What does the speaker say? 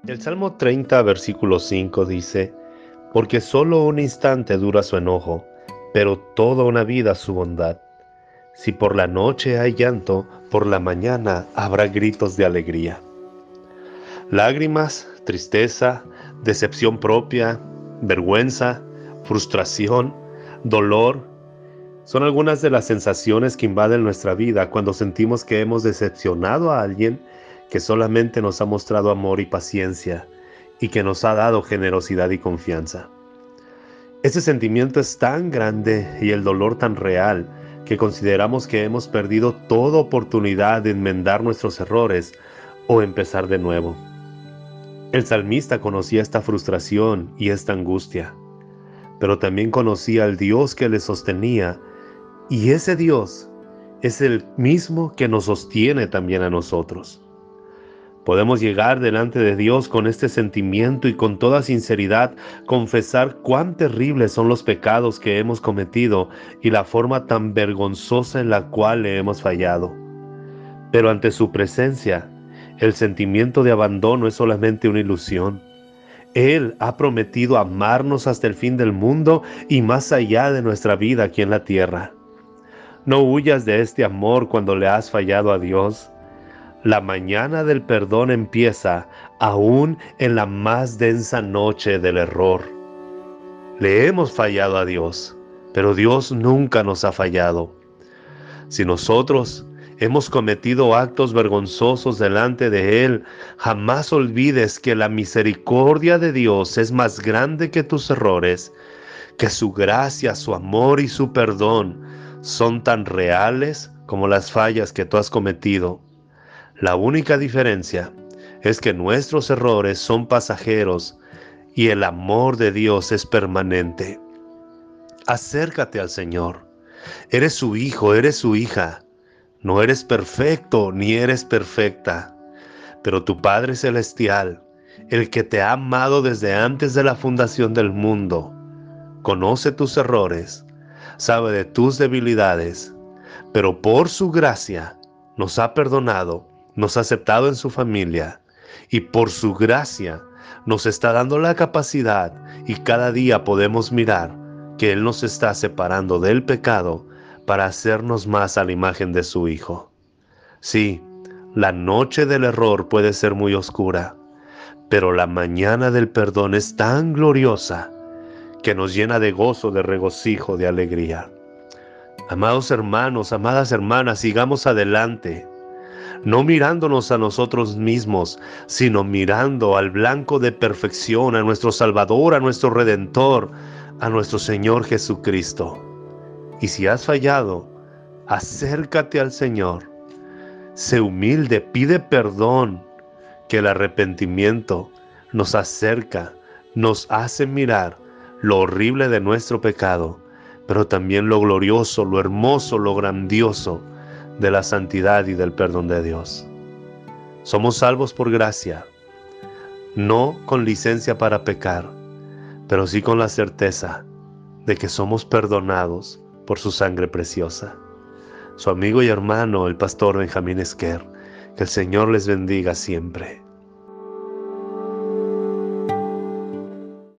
El Salmo 30, versículo 5 dice: Porque solo un instante dura su enojo, pero toda una vida su bondad. Si por la noche hay llanto, por la mañana habrá gritos de alegría. Lágrimas, tristeza, decepción propia, vergüenza, frustración, dolor, son algunas de las sensaciones que invaden nuestra vida cuando sentimos que hemos decepcionado a alguien que solamente nos ha mostrado amor y paciencia y que nos ha dado generosidad y confianza. Ese sentimiento es tan grande y el dolor tan real que consideramos que hemos perdido toda oportunidad de enmendar nuestros errores o empezar de nuevo. El salmista conocía esta frustración y esta angustia, pero también conocía al Dios que le sostenía, y ese Dios es el mismo que nos sostiene también a nosotros. Podemos llegar delante de Dios con este sentimiento y con toda sinceridad confesar cuán terribles son los pecados que hemos cometido y la forma tan vergonzosa en la cual le hemos fallado. Pero ante su presencia, el sentimiento de abandono es solamente una ilusión. Él ha prometido amarnos hasta el fin del mundo y más allá de nuestra vida aquí en la tierra. No huyas de este amor cuando le has fallado a Dios. La mañana del perdón empieza aún en la más densa noche del error. Le hemos fallado a Dios, pero Dios nunca nos ha fallado. Si nosotros hemos cometido actos vergonzosos delante de Él, jamás olvides que la misericordia de Dios es más grande que tus errores, que su gracia, su amor y su perdón son tan reales como las fallas que tú has cometido. La única diferencia es que nuestros errores son pasajeros y el amor de Dios es permanente. Acércate al Señor. Eres su hijo, eres su hija. No eres perfecto ni eres perfecta, pero tu Padre Celestial, el que te ha amado desde antes de la fundación del mundo, conoce tus errores, sabe de tus debilidades, pero por su gracia nos ha perdonado, nos ha aceptado en su familia y por su gracia nos está dando la capacidad y cada día podemos mirar que Él nos está separando del pecado para hacernos más a la imagen de su Hijo. Sí, la noche del error puede ser muy oscura, pero la mañana del perdón es tan gloriosa que nos llena de gozo, de regocijo, de alegría. Amados hermanos, amadas hermanas, sigamos adelante, no mirándonos a nosotros mismos, sino mirando al blanco de perfección, a nuestro Salvador, a nuestro Redentor, a nuestro Señor Jesucristo. Y si has fallado, acércate al Señor, sé humilde, pide perdón, que el arrepentimiento nos acerca, nos hace mirar lo horrible de nuestro pecado, pero también lo glorioso, lo hermoso, lo grandioso de la santidad y del perdón de Dios. Somos salvos por gracia, no con licencia para pecar, pero sí con la certeza de que somos perdonados por su sangre preciosa. Su amigo y hermano, el pastor Benjamín Esquer, que el Señor les bendiga siempre.